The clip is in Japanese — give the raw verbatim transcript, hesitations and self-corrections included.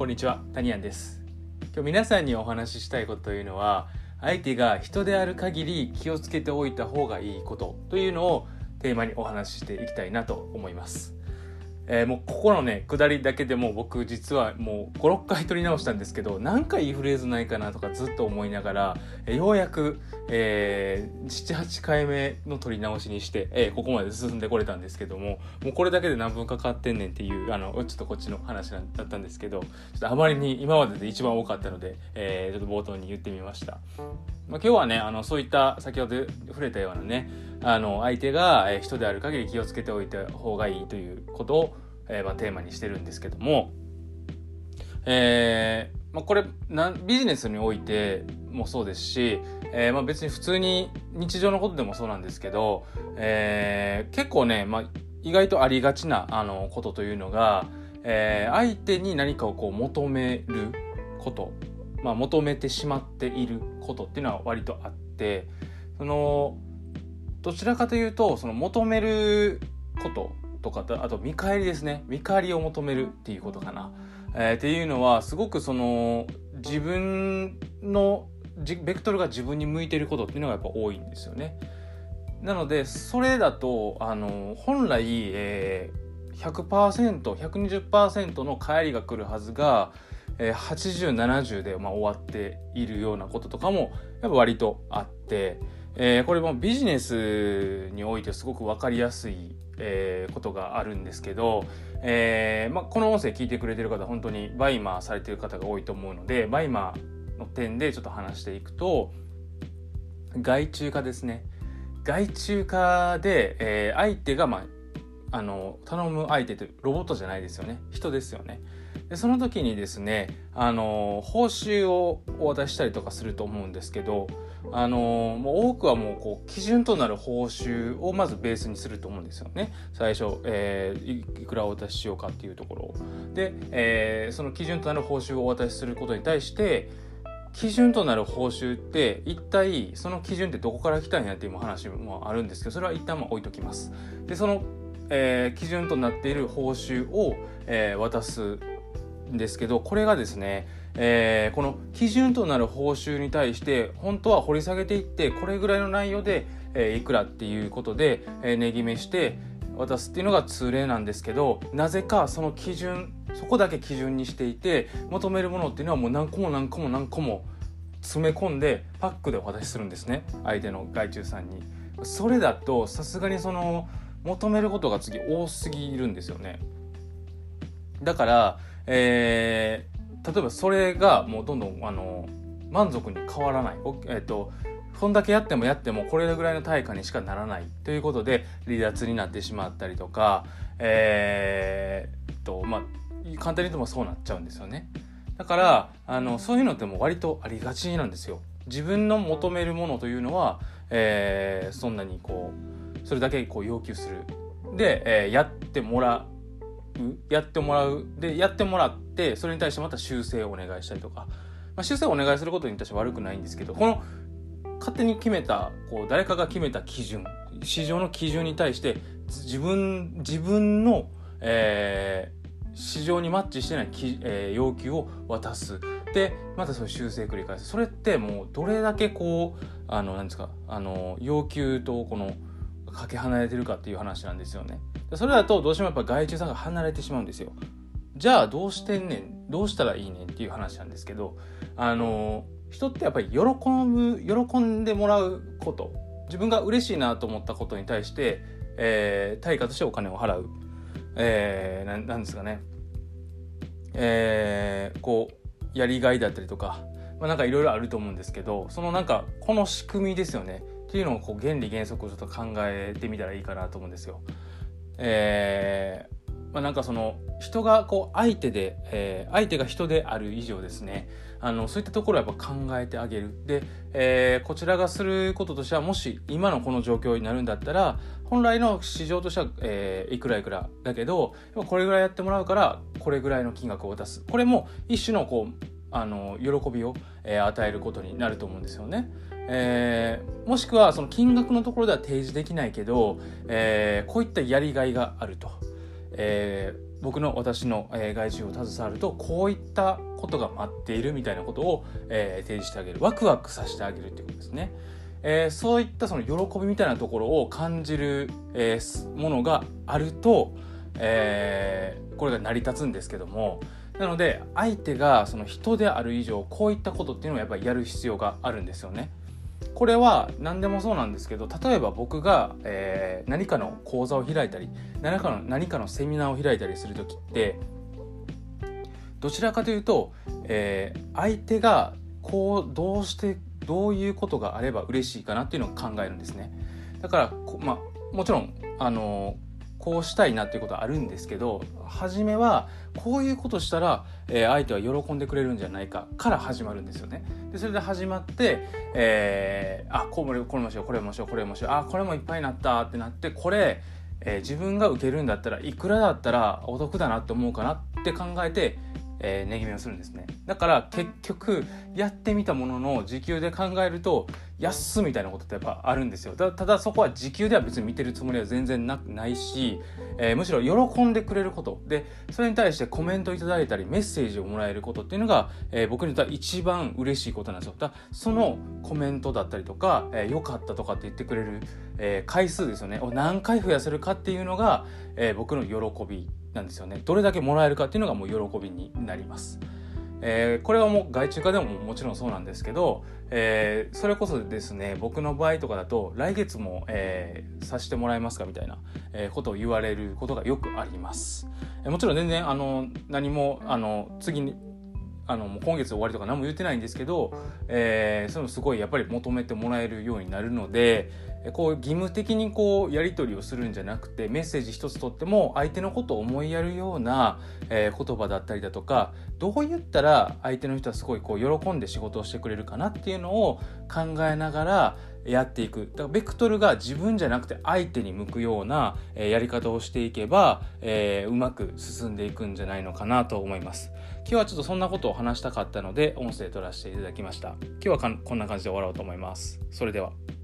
んにちは、タニアンです。今日皆さんにお話ししたいことというのは、相手が人である限り気をつけておいた方がいいことというのをテーマにお話ししていきたいなと思います。えー、もうここのね下りだけでも僕実はもうご、ろっかい取り直したんですけど、なんかいいフレーズないかなとかずっと思いながら、えー、ようやく、えー、ななはちかいめの取り直しにして、えー、ここまで進んでこれたんですけども、もうこれだけで何分かかってんねんっていうあのちょっとこっちの話だったんですけど、ちょっとあまりに今までで一番多かったので、えー、ちょっと冒頭に言ってみました。まあ、今日はねあのそういった先ほど触れたようなねあの相手が人である限り気をつけておいた方がいいということを、えーまあ、テーマにしてるんですけども、えーまあ、これなビジネスにおいてもそうですし、えーまあ、別に普通に日常のことでもそうなんですけど、えー、結構ね、まあ、意外とありがちなあのことというのが、えー、相手に何かをこう求めることまあ、求めてしまっていることっていうのは割とあって、そのどちらかというとその求めることとかとあと見返りですね見返りを求めるっていうことかな、えー、っていうのはすごくその自分のベクトルが自分に向いていることっていうのがやっぱ多いんですよね。なのでそれだとあの本来、えー、ひゃくパーセント、ひゃくにじゅっパーセント の返りが来るはずがはちじゅう、ななじゅうでまあ終わっているようなこととかもやっぱ割とあって、えー、これもビジネスにおいてすごく分かりやすい、えー、ことがあるんですけど、えーまあ、この音声聞いてくれてる方本当にバイマーされてる方が多いと思うので、バイマーの点でちょっと話していくと、外注化ですね。外注化で、えー、相手が、まあ、あの頼む相手ってロボットじゃないですよね、人ですよね。でその時にですねあの報酬をお渡ししたりとかすると思うんですけど、あのもう多くはもうこう基準となる報酬をまずベースにすると思うんですよね。最初、えー、いくらお渡ししようかっていうところをで、えー、その基準となる報酬をお渡しすることに対して、基準となる報酬って一体その基準ってどこから来たんやっていう話もあるんですけど、それは一旦まあ置いときます。でその、えー、基準となっている報酬を、えー、渡すですけど、これがですね、えー、この基準となる報酬に対して本当は掘り下げていって、これぐらいの内容で、えー、いくらっていうことで、えー、値決めして渡すっていうのが通例なんですけど、なぜかその基準そこだけ基準にしていて、求めるものっていうのはもう何個も何個も何個も詰め込んでパックでお渡しするんですね、相手の外注さんに。それだとさすがにその求めることが次多すぎるんですよね。だからえー、例えばそれがもうどんどんあの満足に変わらない、えーと、こんだけやってもやってもこれぐらいの対価にしかならないということで離脱になってしまったりとか、えーとまあ、簡単に言ってもそうなっちゃうんですよね。だからあのそういうのっても割とありがちなんですよ。自分の求めるものというのは、えー、そんなにこうそれだけこう要求するで、えー、やってもらうやってもらうでやってもらってそれに対してまた修正をお願いしたりとか、まあ、修正をお願いすることに対して悪くないんですけど、この勝手に決めたこう誰かが決めた基準、市場の基準に対して自分自分の、えー、市場にマッチしてないき、えー、要求を渡す。でまたそういう修正繰り返す。それってもうどれだけこうあのなんですかあの要求とこのかけ離れてるかっていう話なんですよね。それだとどうしてもやっぱ外注さんが離れてしまうんですよ。じゃあどうしてんねんどうしたらいいねんっていう話なんですけど、あの人ってやっぱり喜ぶ喜んでもらうこと、自分が嬉しいなと思ったことに対して、えー、対価としてお金を払う、えー、な, なんですかね、えー、こうやりがいだったりとか、まあ、なんかいろいろあると思うんですけど、そのなんかこの仕組みですよねっていうのをこう原理原則をちょっと考えてみたらいいかなと思うんですよ。えーまあ、なんかその人がこう相手で、えー、相手が人である以上ですね、あのそういったところをやっぱ考えてあげる。で、えー、こちらがすることとしては、もし今のこの状況になるんだったら本来の市場としては、えー、いくらいくらだけどこれぐらいやってもらうからこれぐらいの金額を渡す。これも一種のこうあの喜びを、えー、与えることになると思うんですよね。えー、もしくはその金額のところでは提示できないけど、えー、こういったやりがいがあると、え僕の私の、えー、外注を携わるとこういったことが待っているみたいなことを、えー、提示してあげる、ワクワクさせてあげるっていうことですね。えー、そういったその喜びみたいなところを感じる、えー、ものがあると、えー、これが成り立つんですけども、なので相手がその人である以上こういったことっていうのをやっぱりやる必要があるんですよね。これは何でもそうなんですけど、例えば僕が、えー、何かの講座を開いたり何かの何かのセミナーを開いたりするときってどちらかというと、えー、相手がこうどうしてどういうことがあれば嬉しいかなっていうのを考えるんですね。だから、まあ、もちろんあのこうしたいなっていうことはあるんですけど、初めはこういうことしたら、えー、相手は喜んでくれるんじゃないかから始まるんですよね。でそれで始まって、えー、あこれこれもしようこれもしようこれもしようあこれもいっぱいになったってなって、これ、えー、自分が受けるんだったらいくらだったらお得だなって思うかなって考えて、えー、値決めをするんですね。だから結局やってみたものの時給で考えると安みたいなことってやっぱあるんですよ。ただそこは時給では別に見てるつもりは全然 な, ないし、えー、むしろ喜んでくれることで、それに対してコメントいただいたりメッセージをもらえることっていうのが、えー、僕にとっては一番嬉しいことなんですよ。だそのコメントだったりとか、えー、よかったとかって言ってくれる、えー、回数ですよね。を何回増やせるかっていうのが、えー、僕の喜びなんですよね。どれだけもらえるかっていうのがもう喜びになります。えー、これはもう外注化でももちろんそうなんですけど、えー、それこそですね、僕の場合とかだと来月も、えー、させてもらえますかみたいな、えー、ことを言われることがよくあります。えー、もちろん全然あの何もあの次にあのもう今月終わりとか何も言ってないんですけど、えー、そのすごいやっぱり求めてもらえるようになるので、こう義務的にこうやり取りをするんじゃなくて、メッセージ一つとっても相手のことを思いやるような、えー、言葉だったりだとか、どう言ったら相手の人はすごいこう喜んで仕事をしてくれるかなっていうのを考えながらやっていく。だからベクトルが自分じゃなくて相手に向くような、えー、やり方をしていけば、えー、うまく進んでいくんじゃないのかなと思います。今日はちょっとそんなことを話したかったので音声取らせていただきました。今日はかんこんな感じで終わろうと思います。それでは。